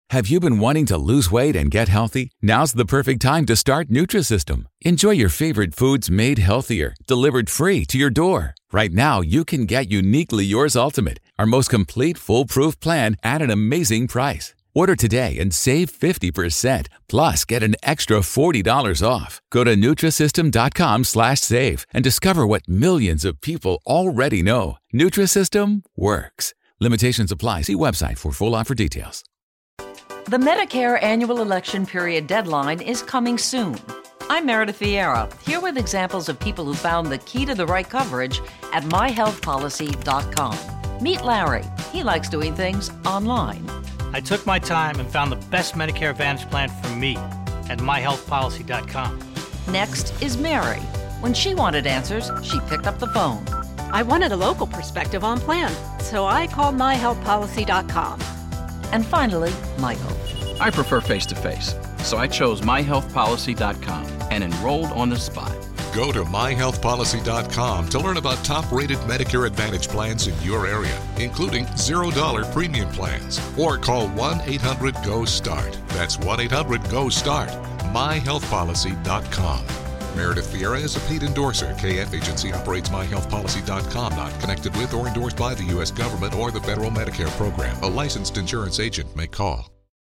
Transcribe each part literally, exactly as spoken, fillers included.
Have you been wanting to lose weight and get healthy? Now's the perfect time to start Nutrisystem. Enjoy your favorite foods made healthier, delivered free to your door. Right now, you can get Uniquely Yours Ultimate, our most complete foolproof plan at an amazing price. Order today and save fifty percent, plus get an extra forty dollars off. Go to Nutrisystem.com slash save and discover what millions of people already know. Nutrisystem works. Limitations apply. See website for full offer details. The Medicare annual election period deadline is coming soon. I'm Meredith Vieira, here with examples of people who found the key to the right coverage at my health policy dot com. Meet Larry. He likes doing things online. I took my time and found the best Medicare Advantage plan for me at my health policy dot com. Next is Mary. When she wanted answers, she picked up the phone. I wanted a local perspective on plan, so I called my health policy dot com. And finally, Michael. I prefer face-to-face, so I chose my health policy dot com and enrolled on the spot. Go to my health policy dot com to learn about top-rated Medicare Advantage plans in your area, including zero dollar premium plans. Or call one eight hundred G O START. That's one eight hundred G O START. my health policy dot com. Meredith Vieira is a paid endorser. K F Agency operates my health policy dot com, not connected with or endorsed by the U S government or the federal Medicare program. A licensed insurance agent may call.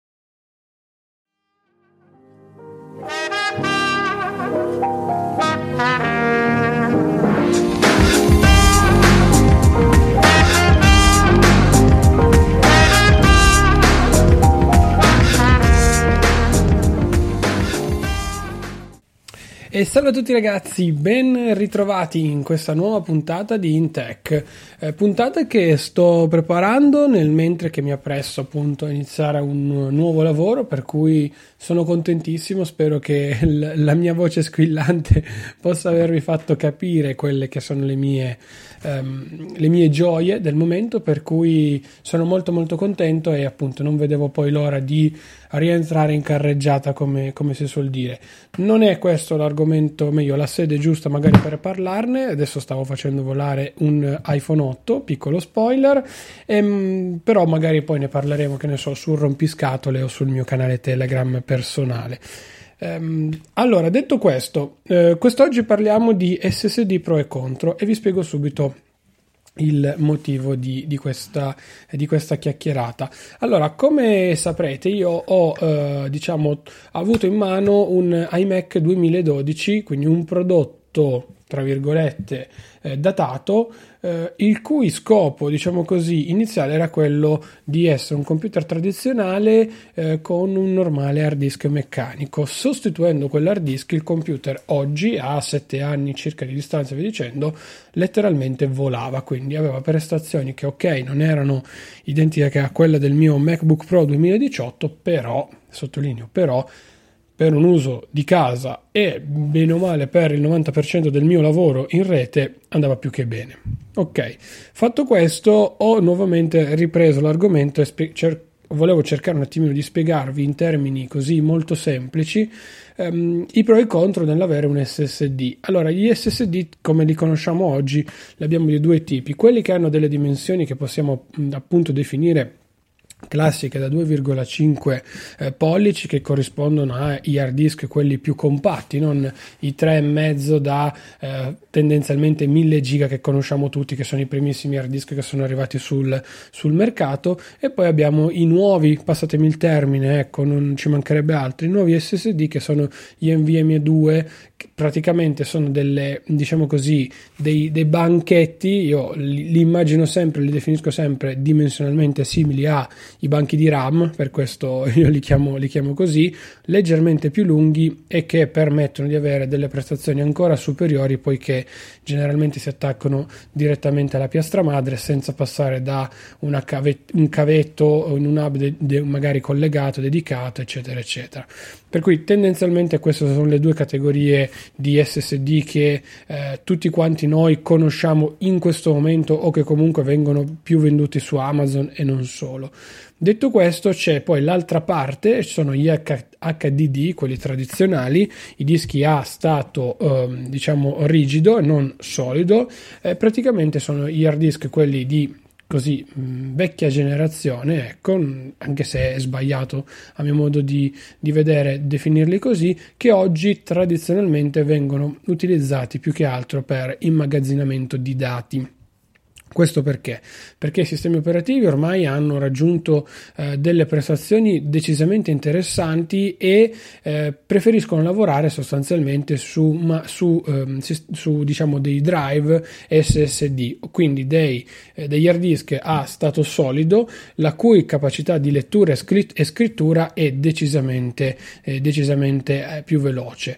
E salve a tutti ragazzi, ben ritrovati in questa nuova puntata di InTech, eh, puntata che sto preparando nel mentre che mi appresso appunto a iniziare un nuovo lavoro, per cui sono contentissimo. Spero che l- la mia voce squillante possa avervi fatto capire quelle che sono le mie, ehm, le mie gioie del momento, per cui sono molto molto contento e appunto non vedevo poi l'ora di rientrare in carreggiata, come, come si suol dire. Non è questo l'argomento, meglio la sede giusta magari per parlarne. Adesso stavo facendo volare un iPhone otto, piccolo spoiler, ehm, però magari poi ne parleremo, che ne so, sul rompiscatole o sul mio canale Telegram personale. Um, allora, detto questo, eh, quest'oggi parliamo di S S D pro e contro e vi spiego subito il motivo di, di, questa, di questa chiacchierata. Allora, come saprete, io ho eh, diciamo avuto in mano un iMac duemiladodici, quindi un prodotto tra virgolette eh, datato, eh, il cui scopo, diciamo così, iniziale era quello di essere un computer tradizionale eh, con un normale hard disk meccanico. Sostituendo quell'hard disk, il computer oggi, a sette anni circa di distanza e via dicendo, letteralmente volava, quindi aveva prestazioni che ok, non erano identiche a quella del mio MacBook Pro duemiladiciotto, però, sottolineo però, per un uso di casa e bene o male per il novanta per cento del mio lavoro in rete andava più che bene. Ok, fatto questo ho nuovamente ripreso l'argomento e spe- cer- volevo cercare un attimino di spiegarvi in termini così molto semplici um, i pro e i contro nell'avere un S S D. Allora, gli S S D come li conosciamo oggi li abbiamo di due tipi: quelli che hanno delle dimensioni che possiamo mh, appunto definire classiche da due virgola cinque eh, pollici, che corrispondono agli hard disk quelli più compatti, non i tre e mezzo da eh, tendenzialmente mille giga che conosciamo tutti, che sono i primissimi hard disk che sono arrivati sul, sul mercato. E poi abbiamo i nuovi, passatemi il termine, ecco, non ci mancherebbe altro, i nuovi S S D che sono gli NVMe due, che praticamente sono delle, diciamo così, dei, dei banchetti. Io li, li immagino sempre, li definisco sempre dimensionalmente simili a i banchi di RAM, per questo io li chiamo, li chiamo così, leggermente più lunghi e che permettono di avere delle prestazioni ancora superiori, poiché generalmente si attaccano direttamente alla piastra madre senza passare da una cave, un cavetto o in un hub de, de, magari collegato, dedicato, eccetera eccetera. Per cui tendenzialmente queste sono le due categorie di S S D che eh, tutti quanti noi conosciamo in questo momento, o che comunque vengono più venduti su Amazon e non solo. Detto questo, c'è poi l'altra parte, sono gli H D D, quelli tradizionali, i dischi a stato eh, diciamo rigido e non solido. Eh, praticamente sono gli hard disk quelli di così mh, vecchia generazione, ecco, anche se è sbagliato a mio modo di, di vedere definirli così, che oggi tradizionalmente vengono utilizzati più che altro per immagazzinamento di dati. Questo perché? Perché i sistemi operativi ormai hanno raggiunto eh, delle prestazioni decisamente interessanti e eh, preferiscono lavorare sostanzialmente su, ma, su, ehm, su diciamo dei drive S S D, quindi dei, eh, degli hard disk a stato solido, la cui capacità di lettura e, scritt- e scrittura è decisamente, eh, decisamente eh, più veloce.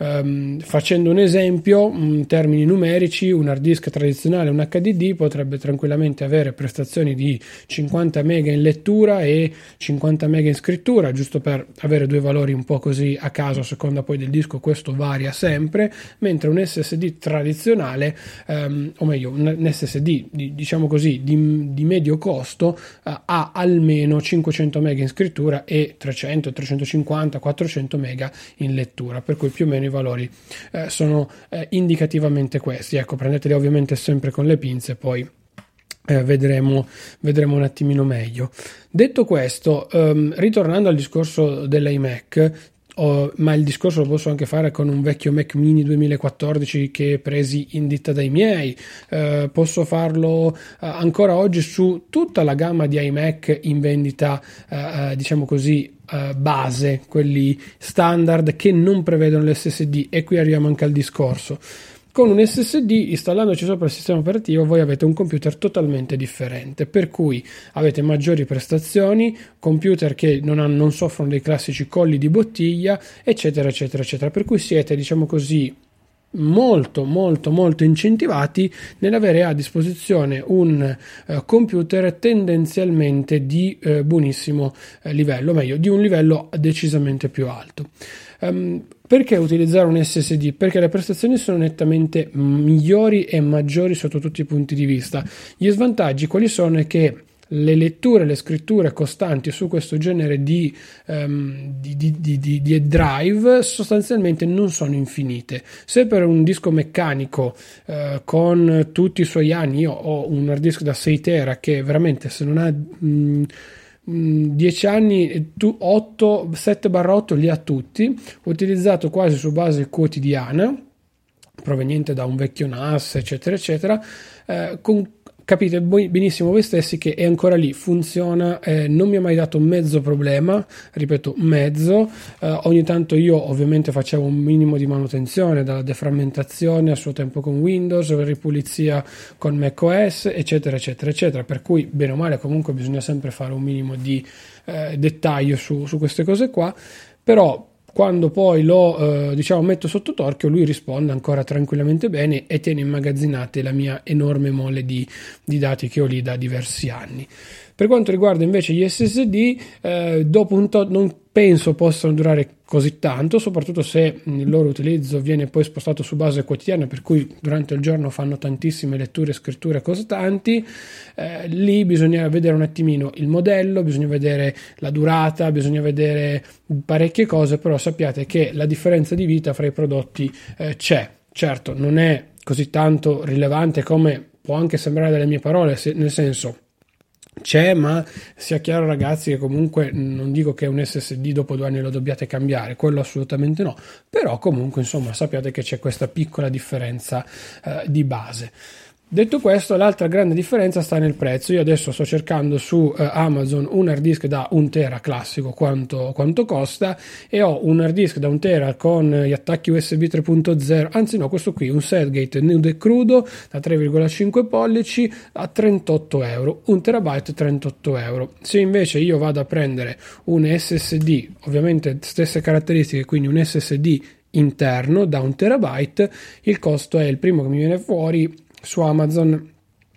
Um, facendo un esempio in termini numerici, un hard disk tradizionale, un H D D, potrebbe tranquillamente avere prestazioni di cinquanta mega in lettura e cinquanta mega in scrittura, giusto per avere due valori un po' così a caso a seconda poi del disco, questo varia sempre, mentre un S S D tradizionale, um, o meglio un S S D di, diciamo così di, di medio costo, uh, ha almeno cinquecento mega in scrittura e trecento, trecentocinquanta, quattrocento mega in lettura, per cui più o meno i valori eh, sono eh, indicativamente questi. Ecco, prendeteli ovviamente sempre con le pinze, poi eh, vedremo, vedremo un attimino meglio. Detto questo, ehm, ritornando al discorso dell'iMac, oh, ma il discorso lo posso anche fare con un vecchio Mac Mini duemilaquattordici che presi in ditta dai miei, eh, posso farlo eh, ancora oggi su tutta la gamma di iMac in vendita, eh, diciamo così, Uh, base, quelli standard che non prevedono l'S S D, e qui arriviamo anche al discorso. Con un S S D, installandoci sopra il sistema operativo, voi avete un computer totalmente differente, per cui avete maggiori prestazioni, computer che non, hanno, non soffrono dei classici colli di bottiglia, eccetera eccetera eccetera, per cui siete, diciamo così, molto molto molto incentivati nell'avere a disposizione un uh, computer tendenzialmente di uh, buonissimo uh, livello, meglio di un livello decisamente più alto. Um, perché utilizzare un S S D? Perché le prestazioni sono nettamente migliori e maggiori sotto tutti i punti di vista. Gli svantaggi quali sono? È che le letture, le scritture costanti su questo genere di, um, di, di, di, di, di drive sostanzialmente non sono infinite. Se per un disco meccanico uh, con tutti i suoi anni, io ho un hard disk da sei tera che veramente, se non ha mh, dieci anni, otto, sette barra otto li ha tutti, utilizzato quasi su base quotidiana, proveniente da un vecchio N A S, eccetera eccetera, eh, con capite benissimo voi stessi che è ancora lì, funziona, eh, non mi ha mai dato mezzo problema, ripeto mezzo, eh, ogni tanto io ovviamente facevo un minimo di manutenzione, dalla deframmentazione a suo tempo con Windows, ripulizia con macOS, eccetera eccetera eccetera, per cui bene o male comunque bisogna sempre fare un minimo di eh, dettaglio su, su queste cose qua, però quando poi lo eh, diciamo metto sotto torchio, lui risponde ancora tranquillamente bene e tiene immagazzinate la mia enorme mole di, di dati che ho lì da diversi anni. Per quanto riguarda invece gli S S D, eh, dopo un tot non penso possano durare così tanto, soprattutto se il loro utilizzo viene poi spostato su base quotidiana, per cui durante il giorno fanno tantissime letture e scritture costanti. Eh, lì bisogna vedere un attimino il modello, bisogna vedere la durata, bisogna vedere parecchie cose, però sappiate che la differenza di vita fra i prodotti eh, c'è. Certo, non è così tanto rilevante come può anche sembrare dalle mie parole, se, nel senso c'è, ma sia chiaro ragazzi che comunque non dico che un S S D dopo due anni lo dobbiate cambiare, quello assolutamente no, però comunque insomma sappiate che c'è questa piccola differenza eh, di base. Detto questo, l'altra grande differenza sta nel prezzo. Io adesso sto cercando su eh, Amazon un hard disk da un tera classico, quanto, quanto costa, e ho un hard disk da un tera con gli attacchi U S B tre punto zero, anzi no, questo qui, un Seagate nudo e crudo da tre virgola cinque pollici a trentotto euro, un terabyte trentotto euro. Se invece io vado a prendere un S S D, ovviamente stesse caratteristiche, quindi un S S D interno da un terabyte, il costo è il primo che mi viene fuori su Amazon,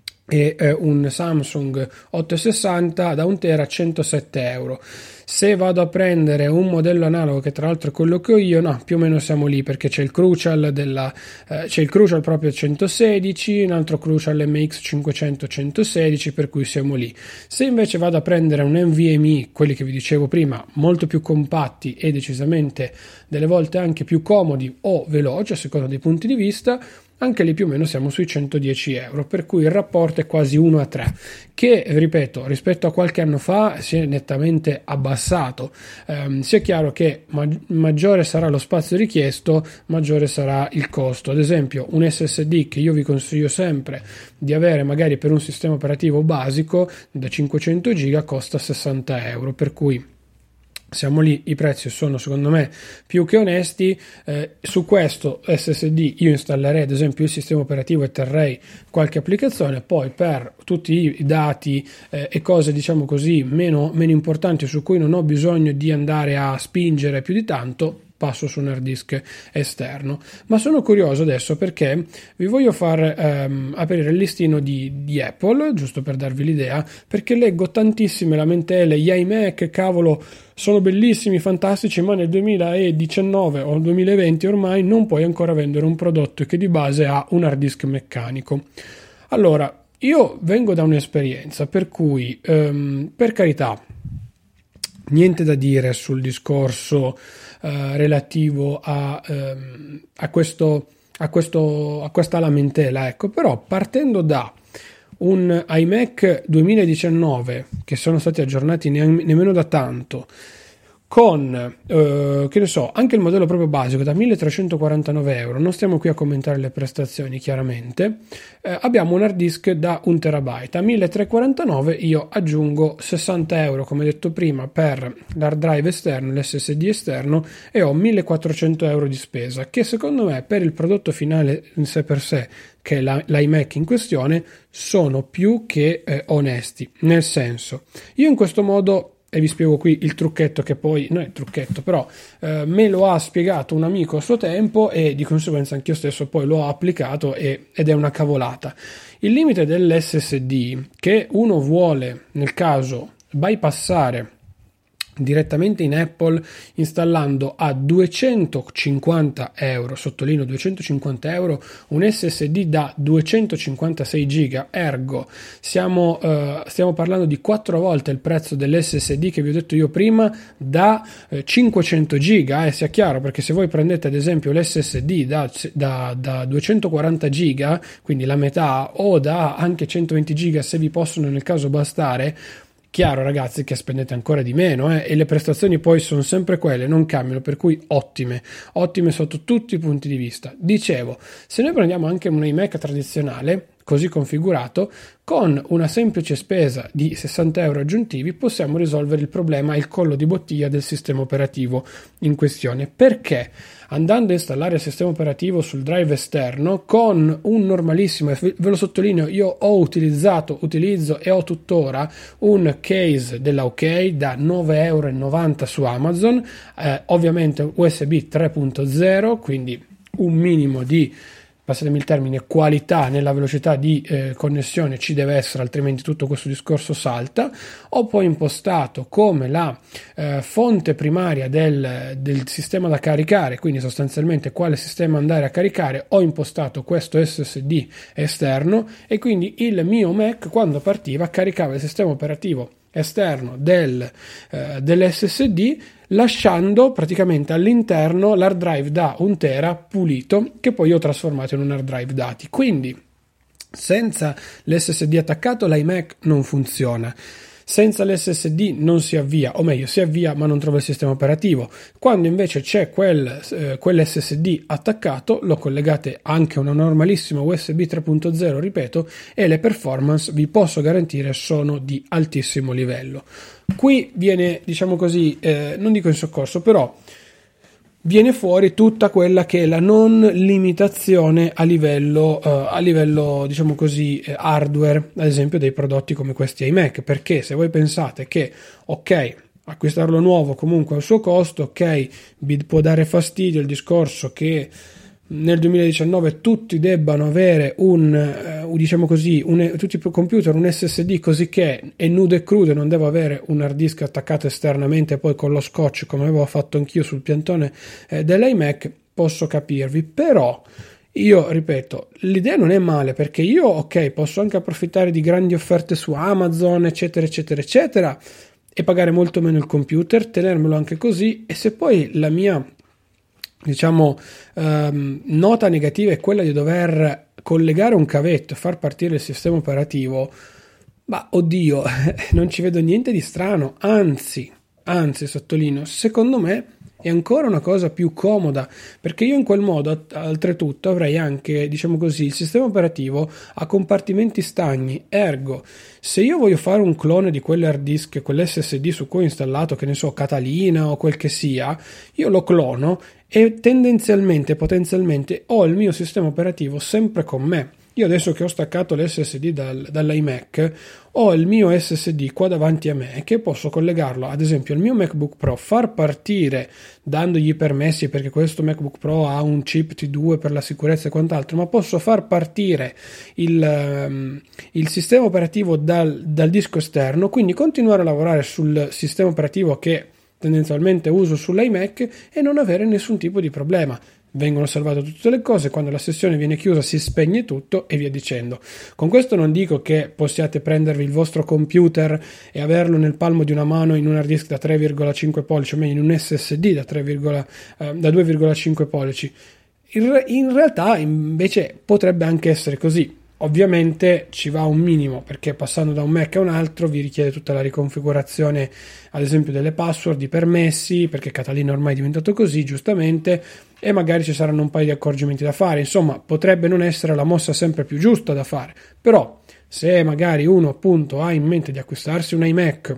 è eh, un Samsung ottocentosessanta da un tera, centosette euro. Se vado a prendere un modello analogo, che tra l'altro è quello che ho io, no, più o meno siamo lì, perché c'è il Crucial della eh, c'è il Crucial proprio centosedici, un altro Crucial M X cinquecento centosedici, per cui siamo lì. Se invece vado a prendere un NVMe, quelli che vi dicevo prima, molto più compatti e decisamente delle volte anche più comodi o veloci a seconda dei punti di vista, anche lì più o meno siamo sui centodieci euro, per cui il rapporto è quasi uno a tre, che ripeto rispetto a qualche anno fa si è nettamente abbassato. Ehm, sia chiaro che ma- maggiore sarà lo spazio richiesto, maggiore sarà il costo. Ad esempio un S S D che io vi consiglio sempre di avere magari per un sistema operativo basico da cinquecento giga costa sessanta euro, per cui siamo lì, i prezzi sono secondo me più che onesti. Eh, su questo S S D io installerei ad esempio il sistema operativo e terrei qualche applicazione, poi per tutti i dati eh, e cose diciamo così meno, meno importanti, su cui non ho bisogno di andare a spingere più di tanto, passo su un hard disk esterno. Ma sono curioso adesso perché vi voglio far ehm, aprire il listino di, di Apple, giusto per darvi l'idea, perché leggo tantissime lamentele, gli iMac, cavolo, sono bellissimi, fantastici, ma nel duemiladiciannove o duemilaventi ormai non puoi ancora vendere un prodotto che di base ha un hard disk meccanico. Allora, io vengo da un'esperienza per cui, ehm, per carità, niente da dire sul discorso Uh, relativo a, um, a, questo, a, questo, a questa lamentela, ecco, però partendo da un iMac duemiladiciannove che sono stati aggiornati ne- nemmeno da tanto, con uh, che ne so, anche il modello proprio basico da milletrecentoquarantanove euro, non stiamo qui a commentare le prestazioni chiaramente, uh, abbiamo un hard disk da un terabyte a milletrecentoquarantanove, io aggiungo sessanta euro come detto prima per l'hard drive esterno, l'S S D esterno, e ho millequattrocento euro di spesa, che secondo me per il prodotto finale in sé per sé, che è la, l'iMac in questione, sono più che eh, onesti. Nel senso, io in questo modo, e vi spiego qui il trucchetto che poi, non è trucchetto, però eh, me lo ha spiegato un amico a suo tempo e di conseguenza anch'io stesso poi l'ho applicato e, ed è una cavolata. Il limite dell'S S D che uno vuole nel caso bypassare direttamente in Apple installando a duecentocinquanta euro, sottolineo duecentocinquanta euro, un S S D da duecentocinquantasei giga, ergo siamo, uh, stiamo parlando di quattro volte il prezzo dell'S S D che vi ho detto io prima da uh, cinquecento giga, eh, sia chiaro, perché se voi prendete ad esempio l'S S D da, da, da duecentoquaranta giga, quindi la metà, o da anche centoventi giga se vi possono nel caso bastare, chiaro ragazzi che spendete ancora di meno eh, e le prestazioni poi sono sempre quelle, non cambiano, per cui ottime, ottime sotto tutti i punti di vista. Dicevo, se noi prendiamo anche un iMac tradizionale, così configurato, con una semplice spesa di sessanta euro aggiuntivi possiamo risolvere il problema, il collo di bottiglia del sistema operativo in questione. Perché? Andando a installare il sistema operativo sul drive esterno con un normalissimo, ve lo sottolineo, io ho utilizzato, utilizzo e ho tuttora un case della OK da nove euro e novanta su Amazon, eh, ovviamente U S B tre punto zero, quindi un minimo di, passatemi il termine, qualità nella velocità di eh, connessione ci deve essere, altrimenti tutto questo discorso salta. Ho poi impostato come la eh, fonte primaria del, del sistema da caricare, quindi sostanzialmente quale sistema andare a caricare, ho impostato questo S S D esterno e quindi il mio Mac quando partiva caricava il sistema operativo esterno del, eh, dell'S S D, lasciando praticamente all'interno l'hard drive da un tera pulito che poi ho trasformato in un hard drive dati. Quindi senza l'S S D attaccato l'iMac non funziona, senza l'S S D non si avvia, o meglio si avvia ma non trova il sistema operativo. Quando invece c'è quel, eh, quell'S S D attaccato, lo collegate anche a una normalissima U S B tre punto zero, ripeto, e le performance vi posso garantire sono di altissimo livello. Qui viene, diciamo così, eh, non dico in soccorso, però viene fuori tutta quella che è la non limitazione a livello, uh, a livello diciamo così, eh, hardware, ad esempio dei prodotti come questi iMac, perché se voi pensate che, ok, acquistarlo nuovo comunque ha il suo costo, ok, vi può dare fastidio il discorso che nel duemiladiciannove tutti debbano avere un, uh, diciamo così, un, tutti i computer un S S D così che è nudo e crudo, non devo avere un hard disk attaccato esternamente e poi con lo scotch come avevo fatto anch'io sul piantone eh, dell'iMac, posso capirvi. Però io ripeto, l'idea non è male, perché io ok, posso anche approfittare di grandi offerte su Amazon eccetera eccetera eccetera e pagare molto meno il computer, tenermelo anche così, e se poi la mia diciamo ehm, nota negativa è quella di dover collegare un cavetto e far partire il sistema operativo, ma oddio, non ci vedo niente di strano, anzi, anzi sottolineo, secondo me è ancora una cosa più comoda, perché io in quel modo oltretutto avrei anche, diciamo così, il sistema operativo a compartimenti stagni, ergo se io voglio fare un clone di quell'hard disk, quell'esse esse di su cui ho installato, che ne so, Catalina o quel che sia, io lo clono e tendenzialmente, potenzialmente ho il mio sistema operativo sempre con me. Io adesso che ho staccato l'esse esse di dal, dall'iMac, ho il mio esse esse di qua davanti a me che posso collegarlo ad esempio al mio MacBook Pro, far partire dandogli i permessi, perché questo MacBook Pro ha un chip T due per la sicurezza e quant'altro, ma posso far partire il, um, il sistema operativo dal, dal disco esterno, quindi continuare a lavorare sul sistema operativo che tendenzialmente uso sull'iMac e non avere nessun tipo di problema. Vengono salvate tutte le cose, quando la sessione viene chiusa si spegne tutto e via dicendo. Con questo non dico che possiate prendervi il vostro computer e averlo nel palmo di una mano in un hard disk da tre virgola cinque pollici, o meglio in un esse esse di da, tre, eh, da due virgola cinque pollici. In, in realtà invece potrebbe anche essere così. Ovviamente ci va un minimo, perché passando da un Mac a un altro vi richiede tutta la riconfigurazione, ad esempio delle password, i permessi, perché Catalina ormai è diventato così, giustamente, e magari ci saranno un paio di accorgimenti da fare. Insomma, potrebbe non essere la mossa sempre più giusta da fare, però se magari uno appunto ha in mente di acquistarsi un iMac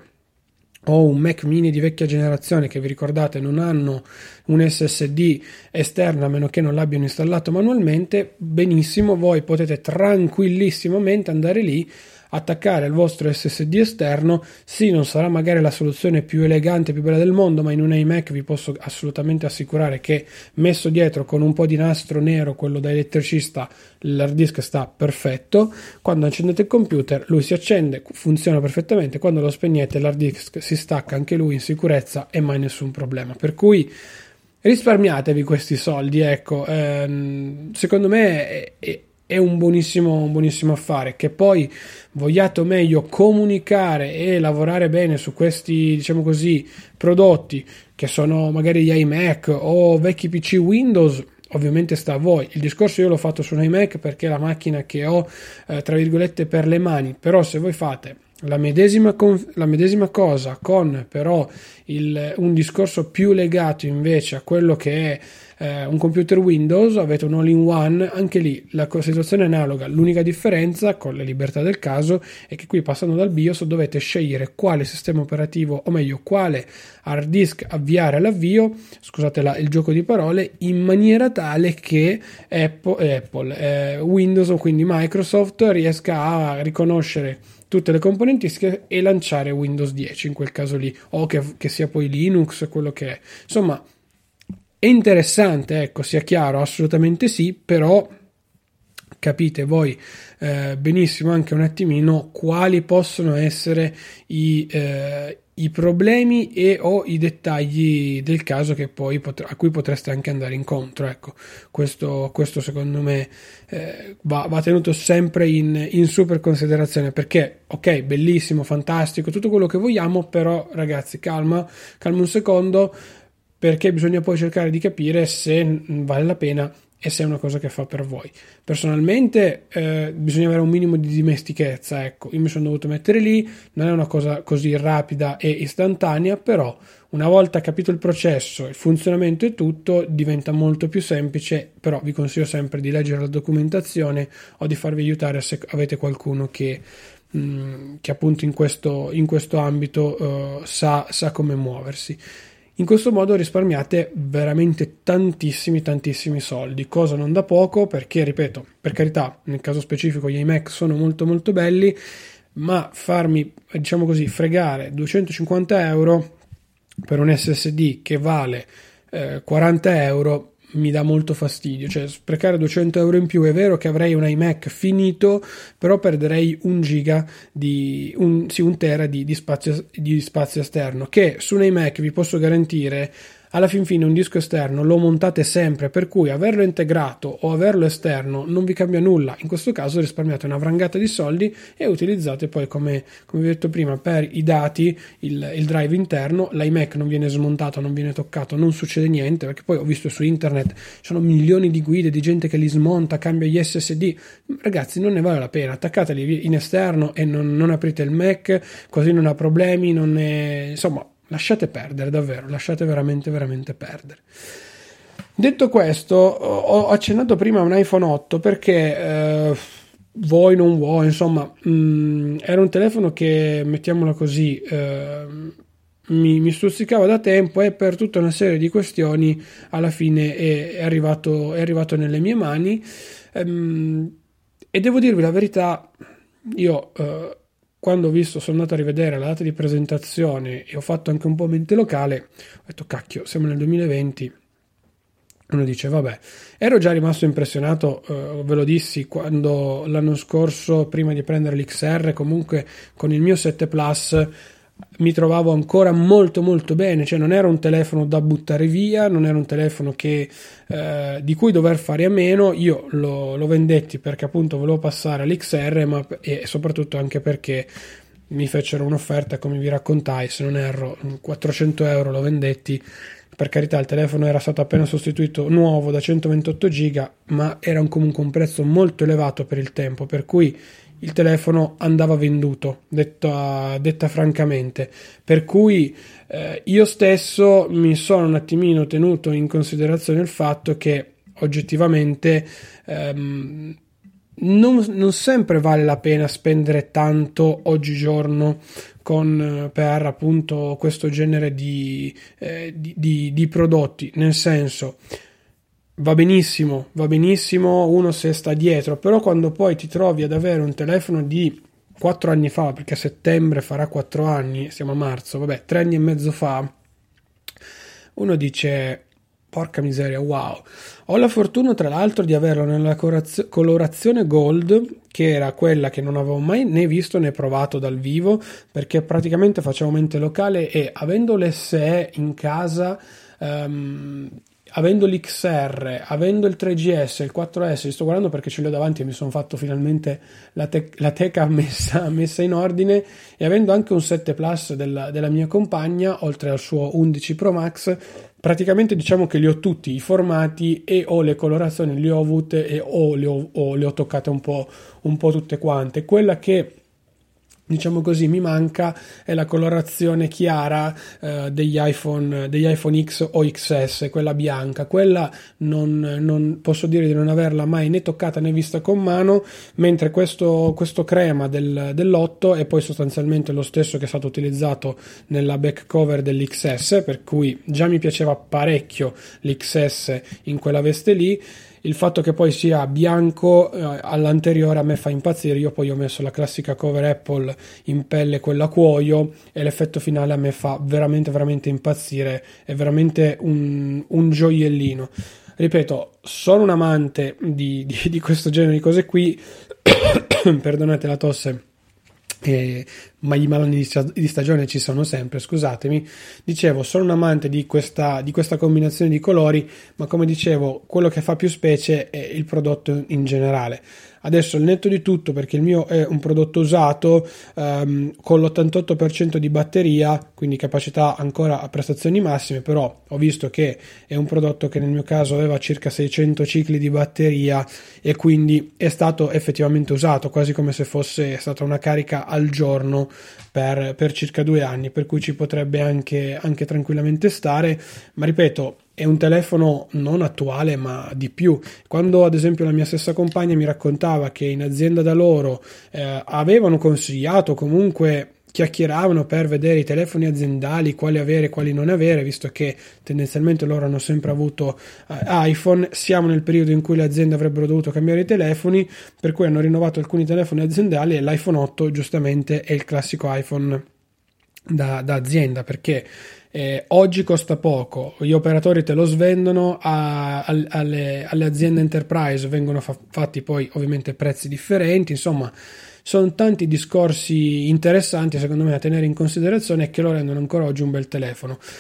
o un Mac mini di vecchia generazione, che vi ricordate non hanno un esse esse di esterno a meno che non l'abbiano installato manualmente, benissimo, voi potete tranquillissimamente andare lì, attaccare il vostro esse esse di esterno. Sì, non sarà magari la soluzione più elegante, più bella del mondo, ma in un iMac vi posso assolutamente assicurare che messo dietro con un po' di nastro nero, quello da elettricista, l'hard disk sta perfetto. Quando accendete il computer lui si accende, funziona perfettamente, quando lo spegnete l'hard disk si stacca anche lui in sicurezza e mai nessun problema, per cui risparmiatevi questi soldi, ecco. Ehm, secondo me è, è è un buonissimo, un buonissimo affare. Che poi vogliate o meglio comunicare e lavorare bene su questi, diciamo così, prodotti che sono magari gli iMac o vecchi P C Windows, ovviamente sta a voi. Il discorso io l'ho fatto su un iMac perché è la macchina che ho eh, tra virgolette per le mani, però se voi fate la medesima, con, la medesima cosa con però il, un discorso più legato invece a quello che è eh, un computer Windows, avete un all-in-one, anche lì la situazione è analoga. L'unica differenza, con la libertà del caso, è che qui passando dal BIOS dovete scegliere quale sistema operativo, o meglio quale hard disk avviare all'avvio, scusate la, il gioco di parole, in maniera tale che Apple, Apple eh, Windows o quindi Microsoft riesca a riconoscere tutte le componentistiche e lanciare Windows dieci in quel caso lì, o che, che sia poi Linux, quello che è. Insomma, è interessante, ecco, sia chiaro, assolutamente sì, però capite voi eh, benissimo anche un attimino quali possono essere i, eh, i problemi e o i dettagli del caso che poi pot- a cui potreste anche andare incontro. Ecco, questo, questo secondo me eh, va, va tenuto sempre in, in super considerazione, perché ok, bellissimo, fantastico, tutto quello che vogliamo, però ragazzi calma, calma un secondo, perché bisogna poi cercare di capire se vale la pena e se è una cosa che fa per voi. Personalmente eh, bisogna avere un minimo di dimestichezza, ecco, io mi sono dovuto mettere lì, non è una cosa così rapida e istantanea, però una volta capito il processo, il funzionamento e tutto, diventa molto più semplice. Però vi consiglio sempre di leggere la documentazione o di farvi aiutare se avete qualcuno che, mh, che appunto in questo, in questo ambito uh, sa, sa come muoversi. In questo modo risparmiate veramente tantissimi tantissimi soldi, cosa non da poco, perché ripeto, per carità, nel caso specifico gli iMac sono molto molto belli, ma farmi, diciamo così, fregare duecentocinquanta euro per un esse esse di che vale eh, quaranta euro mi dà molto fastidio. Cioè, sprecare duecento euro in più. È vero che avrei un iMac finito, però perderei un giga di un, sì, un tera di, di, spazio, di spazio esterno, che su un iMac vi posso garantire alla fin fine un disco esterno lo montate sempre, per cui averlo integrato o averlo esterno non vi cambia nulla. In questo caso risparmiate una vrangata di soldi e utilizzate poi, come, come vi ho detto prima, per i dati il, il drive interno. L'iMac non viene smontato, non viene toccato, non succede niente, perché poi ho visto su internet ci sono milioni di guide di gente che li smonta, cambia gli S S D. Ragazzi, non ne vale la pena, attaccateli in esterno e non, non aprite il Mac, così non ha problemi, non è... insomma, lasciate perdere, davvero, lasciate veramente veramente perdere. Detto questo, ho accennato prima a un iPhone otto perché eh, vuoi non vuoi, insomma, mh, era un telefono che, mettiamola così, eh, mi, mi stuzzicava da tempo, e per tutta una serie di questioni alla fine è, è, arrivato, è arrivato nelle mie mani, ehm, e devo dirvi la verità, io eh, quando ho visto, sono andato a rivedere la data di presentazione e ho fatto anche un po' mente locale, ho detto cacchio, siamo nel duemilaventi. Uno dice vabbè, ero già rimasto impressionato, eh, ve lo dissi quando l'anno scorso, prima di prendere l'X R, comunque con il mio sette Plus mi trovavo ancora molto molto bene, cioè non era un telefono da buttare via, non era un telefono che, eh, di cui dover fare a meno. Io lo, lo vendetti perché appunto volevo passare all'X R, ma e soprattutto anche perché mi fecero un'offerta, come vi raccontai, se non erro quattrocento euro lo vendetti. Per carità, il telefono era stato appena sostituito nuovo da centoventotto giga, ma era comunque un prezzo molto elevato per il tempo, per cui il telefono andava venduto, detta, detta francamente, per cui eh, io stesso mi sono un attimino tenuto in considerazione il fatto che oggettivamente ehm, non, non sempre vale la pena spendere tanto oggigiorno con, per appunto questo genere di, eh, di, di, di prodotti, nel senso, va benissimo, va benissimo uno se sta dietro, però quando poi ti trovi ad avere un telefono di quattro anni fa, perché a settembre farà quattro anni, siamo a marzo, vabbè, tre anni e mezzo fa, uno dice porca miseria, wow. Ho la fortuna tra l'altro di averlo nella colorazione gold, che era quella che non avevo mai né visto né provato dal vivo, perché praticamente facevo mente locale e avendo l'S E in casa, um, avendo l'X R, avendo il tre G S, il quattro S, li sto guardando perché ce li ho davanti e mi sono fatto finalmente la, te- la teca messa, messa in ordine, e avendo anche un sette Plus della, della mia compagna, oltre al suo undici Pro Max, praticamente diciamo che li ho tutti i formati e ho le colorazioni, le ho avute e o le ho, o le ho toccate un po', un po' tutte quante. Quella che diciamo così mi manca è la colorazione chiara eh, degli iPhone degli iPhone X o X S, quella bianca. Quella non, non posso dire di non averla mai né toccata né vista con mano, mentre questo, questo crema del, dell'otto è poi sostanzialmente lo stesso che è stato utilizzato nella back cover dell'X S, per cui già mi piaceva parecchio l'X S in quella veste lì. Il fatto che poi sia bianco eh, all'anteriore a me fa impazzire. Io poi ho messo la classica cover Apple in pelle, quella cuoio, e l'effetto finale a me fa veramente veramente impazzire, è veramente un, un gioiellino. Ripeto, sono un amante di, di, di questo genere di cose qui perdonate la tosse, Eh, ma gli malani di stagione ci sono sempre, scusatemi. Dicevo, sono un amante di questa, di questa combinazione di colori, ma come dicevo, quello che fa più specie è il prodotto in generale. Adesso il netto di tutto, perché il mio è un prodotto usato um, con l'ottantotto per cento di batteria, quindi capacità ancora a prestazioni massime, però ho visto che è un prodotto che nel mio caso aveva circa seicento cicli di batteria e quindi è stato effettivamente usato, quasi come se fosse stata una carica al giorno per, per circa due anni, per cui ci potrebbe anche, anche tranquillamente stare, ma ripeto, è un telefono non attuale ma di più. Quando ad esempio la mia stessa compagna mi raccontava che in azienda da loro eh, avevano consigliato, comunque chiacchieravano per vedere i telefoni aziendali, quali avere, quali non avere, visto che tendenzialmente loro hanno sempre avuto eh, iPhone, siamo nel periodo in cui le aziende avrebbero dovuto cambiare i telefoni, per cui hanno rinnovato alcuni telefoni aziendali e l'iPhone otto giustamente è il classico iPhone da, da azienda, perché Eh, oggi costa poco, gli operatori te lo svendono, a, a, alle, alle aziende enterprise vengono fa, fatti poi ovviamente prezzi differenti, insomma sono tanti discorsi interessanti secondo me da tenere in considerazione e che lo rendono ancora oggi un bel telefono.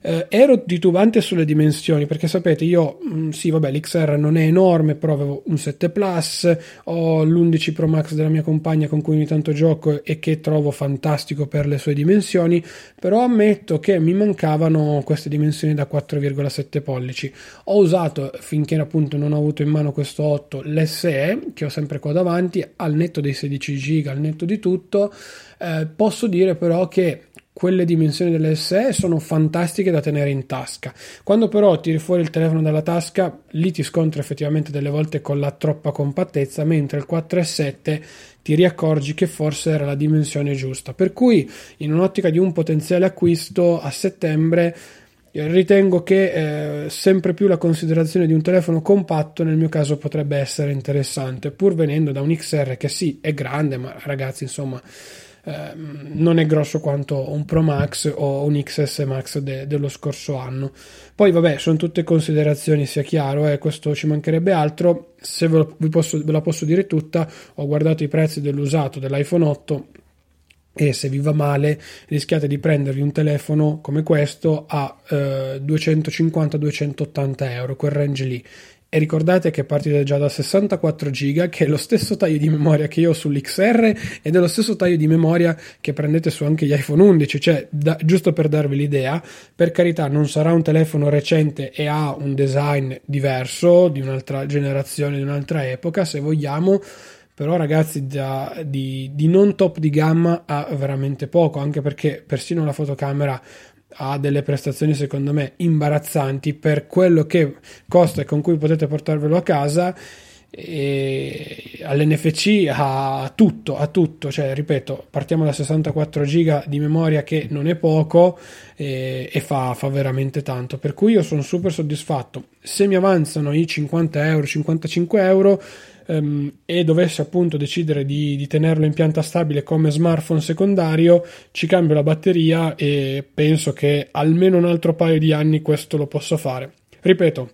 Eh, ero titubante sulle dimensioni, perché sapete io mh, sì vabbè l'X R non è enorme, però avevo un sette Plus, ho l'undici Pro Max della mia compagna con cui ogni tanto gioco e che trovo fantastico per le sue dimensioni, però ammetto che mi mancavano queste dimensioni da quattro virgola sette pollici. Ho usato, finché appunto non ho avuto in mano questo otto, l'S E che ho sempre qua davanti, al netto dei sedici giga, al netto di tutto, eh, posso dire però che quelle dimensioni dell'S E sono fantastiche da tenere in tasca. Quando però tiri fuori il telefono dalla tasca, lì ti scontri effettivamente delle volte con la troppa compattezza, mentre il quattro virgola sette ti riaccorgi che forse era la dimensione giusta. Per cui, in un'ottica di un potenziale acquisto a settembre, ritengo che eh, sempre più la considerazione di un telefono compatto nel mio caso potrebbe essere interessante, pur venendo da un X R che sì è grande, ma ragazzi insomma Eh, non è grosso quanto un Pro Max o un X S Max de- dello scorso anno. Poi vabbè, sono tutte considerazioni, sia chiaro, eh, questo ci mancherebbe altro. Se ve, lo, vi posso, ve la posso dire tutta, ho guardato i prezzi dell'usato dell'iPhone otto e se vi va male rischiate di prendervi un telefono come questo a eh, duecentocinquanta duecentottanta euro, quel range lì. E ricordate che partite già da sessantaquattro giga, che è lo stesso taglio di memoria che io ho sull'X R ed è lo stesso taglio di memoria che prendete su anche gli iPhone undici, cioè da, giusto per darvi l'idea. Per carità, non sarà un telefono recente e ha un design diverso, di un'altra generazione, di un'altra epoca se vogliamo, però ragazzi da, di, di non top di gamma ha veramente poco, anche perché persino la fotocamera ha delle prestazioni secondo me imbarazzanti per quello che costa e con cui potete portarvelo a casa, e all'N F C ha tutto, ha tutto, cioè ripeto, partiamo da sessantaquattro giga di memoria che non è poco e, e fa, fa veramente tanto, per cui io sono super soddisfatto. Se mi avanzano i cinquanta euro, cinquantacinque euro Um, e dovessi appunto decidere di, di tenerlo in pianta stabile come smartphone secondario, ci cambio la batteria e penso che almeno un altro paio di anni questo lo posso fare. Ripeto,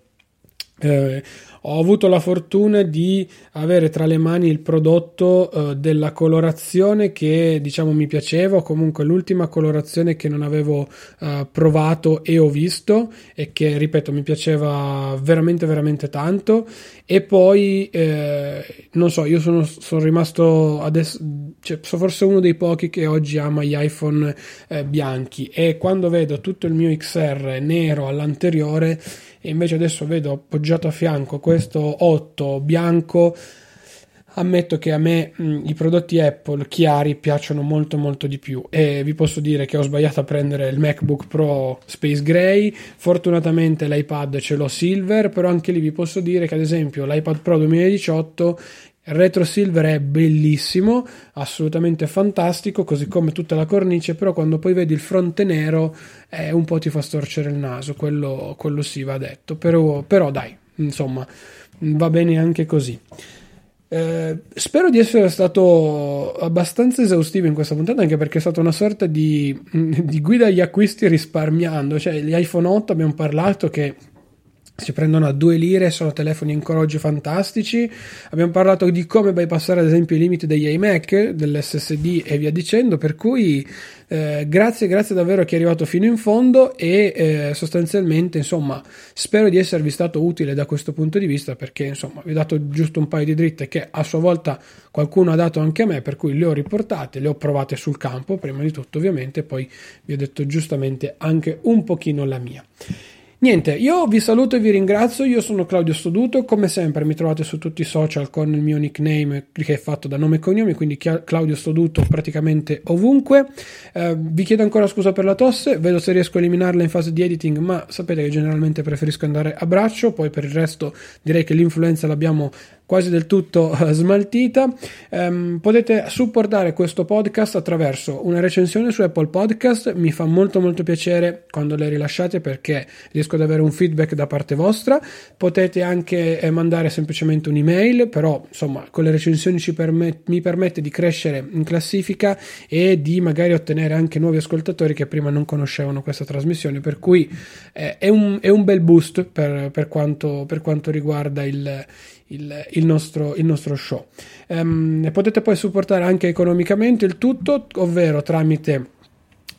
eh, ho avuto la fortuna di avere tra le mani il prodotto uh, della colorazione che diciamo mi piaceva, o comunque l'ultima colorazione che non avevo uh, provato e ho visto e che ripeto mi piaceva veramente veramente tanto. E poi eh, non so, io sono, sono rimasto adesso, cioè, sono forse uno dei pochi che oggi ama gli iPhone eh, bianchi, e quando vedo tutto il mio X R nero all'anteriore e invece adesso vedo appoggiato a fianco questo otto bianco, ammetto che a me mh, i prodotti Apple chiari piacciono molto molto di più, e vi posso dire che ho sbagliato a prendere il MacBook Pro Space Gray. Fortunatamente l'iPad ce l'ho silver, però anche lì vi posso dire che ad esempio l'iPad Pro duemiladiciotto il retro silver è bellissimo, assolutamente fantastico, così come tutta la cornice, però quando poi vedi il fronte nero eh, un po' ti fa storcere il naso, quello, quello sì va detto, però, però dai, insomma va bene anche così. Eh, spero di essere stato abbastanza esaustivo in questa puntata, anche perché è stata una sorta di, di guida agli acquisti risparmiando, cioè gli iPhone otto abbiamo parlato che si prendono a due lire, sono telefoni ancora oggi fantastici. Abbiamo parlato di come bypassare ad esempio i limiti degli iMac, dell'S S D e via dicendo, per cui eh, grazie grazie davvero a chi è arrivato fino in fondo, e eh, sostanzialmente insomma spero di esservi stato utile da questo punto di vista, perché insomma vi ho dato giusto un paio di dritte che a sua volta qualcuno ha dato anche a me, per cui le ho riportate, le ho provate sul campo prima di tutto ovviamente, poi vi ho detto giustamente anche un pochino la mia. Niente, io vi saluto e vi ringrazio. Io sono Claudio Stoduto, come sempre mi trovate su tutti i social con il mio nickname che è fatto da nome e cognome, quindi Claudio Stoduto praticamente ovunque. Eh, vi chiedo ancora scusa per la tosse, vedo se riesco a eliminarla in fase di editing, ma sapete che generalmente preferisco andare a braccio, poi per il resto direi che l'influenza l'abbiamo quasi del tutto smaltita. Um, potete supportare questo podcast attraverso una recensione su Apple Podcast, mi fa molto molto piacere quando le rilasciate perché riesco ad avere un feedback da parte vostra. Potete anche eh, mandare semplicemente un'email, però insomma con le recensioni ci permet- mi permette di crescere in classifica e di magari ottenere anche nuovi ascoltatori che prima non conoscevano questa trasmissione, per cui eh, è, un, è un bel boost per, per, quanto, per quanto riguarda il Il, il, nostro, il nostro show. Um, potete poi supportare anche economicamente il tutto, ovvero tramite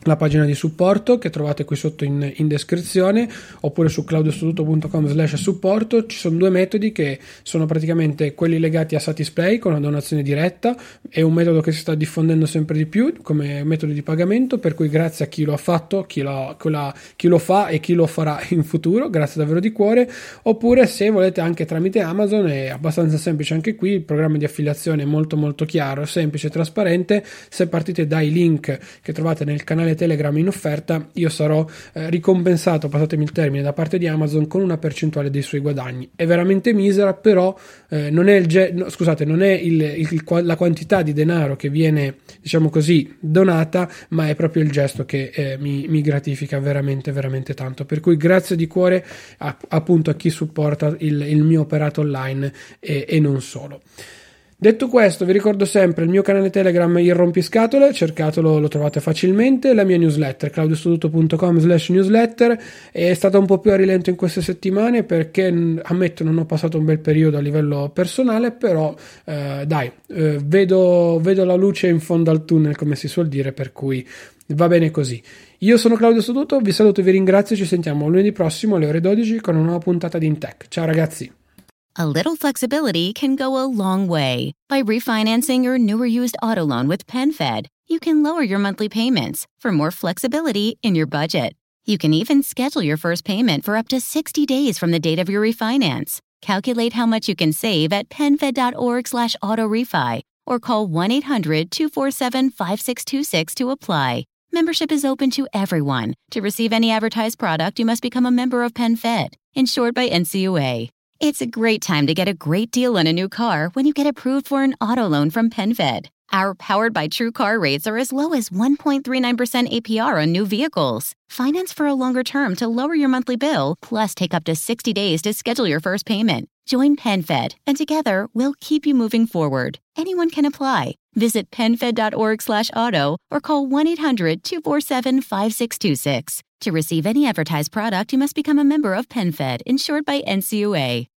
la pagina di supporto che trovate qui sotto in, in descrizione, oppure su claudiostoduto punto com slash supporto. Ci sono due metodi che sono praticamente quelli legati a Satisplay con una donazione diretta, è un metodo che si sta diffondendo sempre di più come metodo di pagamento, per cui grazie a chi lo ha fatto, chi lo, chi lo, chi lo fa e chi lo farà in futuro, grazie davvero di cuore. Oppure se volete anche tramite Amazon, è abbastanza semplice anche qui, il programma di affiliazione è molto molto chiaro, semplice e trasparente. Se partite dai link che trovate nel canale Telegram in offerta, io sarò eh, ricompensato, passatemi il termine, da parte di Amazon con una percentuale dei suoi guadagni. È veramente misera, però eh, non è il ge- no, scusate, non è il, il, la quantità di denaro che viene, diciamo così, donata, ma è proprio il gesto che eh, mi, mi gratifica veramente veramente tanto. Per cui grazie di cuore a, appunto a chi supporta il, il mio operato online e, e non solo. Detto questo, vi ricordo sempre il mio canale Telegram Il Rompiscatole, cercatelo, lo trovate facilmente, la mia newsletter claudiostoduto punto com slash newsletter. È stata un po' più a rilento in queste settimane perché, ammetto, non ho passato un bel periodo a livello personale, però eh, dai, eh, vedo, vedo la luce in fondo al tunnel, come si suol dire, per cui va bene così. Io sono Claudio Stoduto, vi saluto e vi ringrazio, ci sentiamo lunedì prossimo alle ore dodici con una nuova puntata di InTech. Ciao ragazzi! A little flexibility can go a long way. By refinancing your newer used auto loan with PenFed, you can lower your monthly payments for more flexibility in your budget. You can even schedule your first payment for up to sixty days from the date of your refinance. Calculate how much you can save at penfed.org slash auto refi or call one eight hundred two four seven five six two six to apply. Membership is open to everyone. To receive any advertised product, you must become a member of PenFed, insured by N C U A. It's a great time to get a great deal on a new car when you get approved for an auto loan from PenFed. Our Powered by True car rates are as low as one point three nine percent A P R on new vehicles. Finance for a longer term to lower your monthly bill, plus take up to sixty days to schedule your first payment. Join PenFed, and together we'll keep you moving forward. Anyone can apply. Visit penfed.org slash auto or call one eight hundred two four seven five six two six. To receive any advertised product, you must become a member of PenFed, insured by N C U A.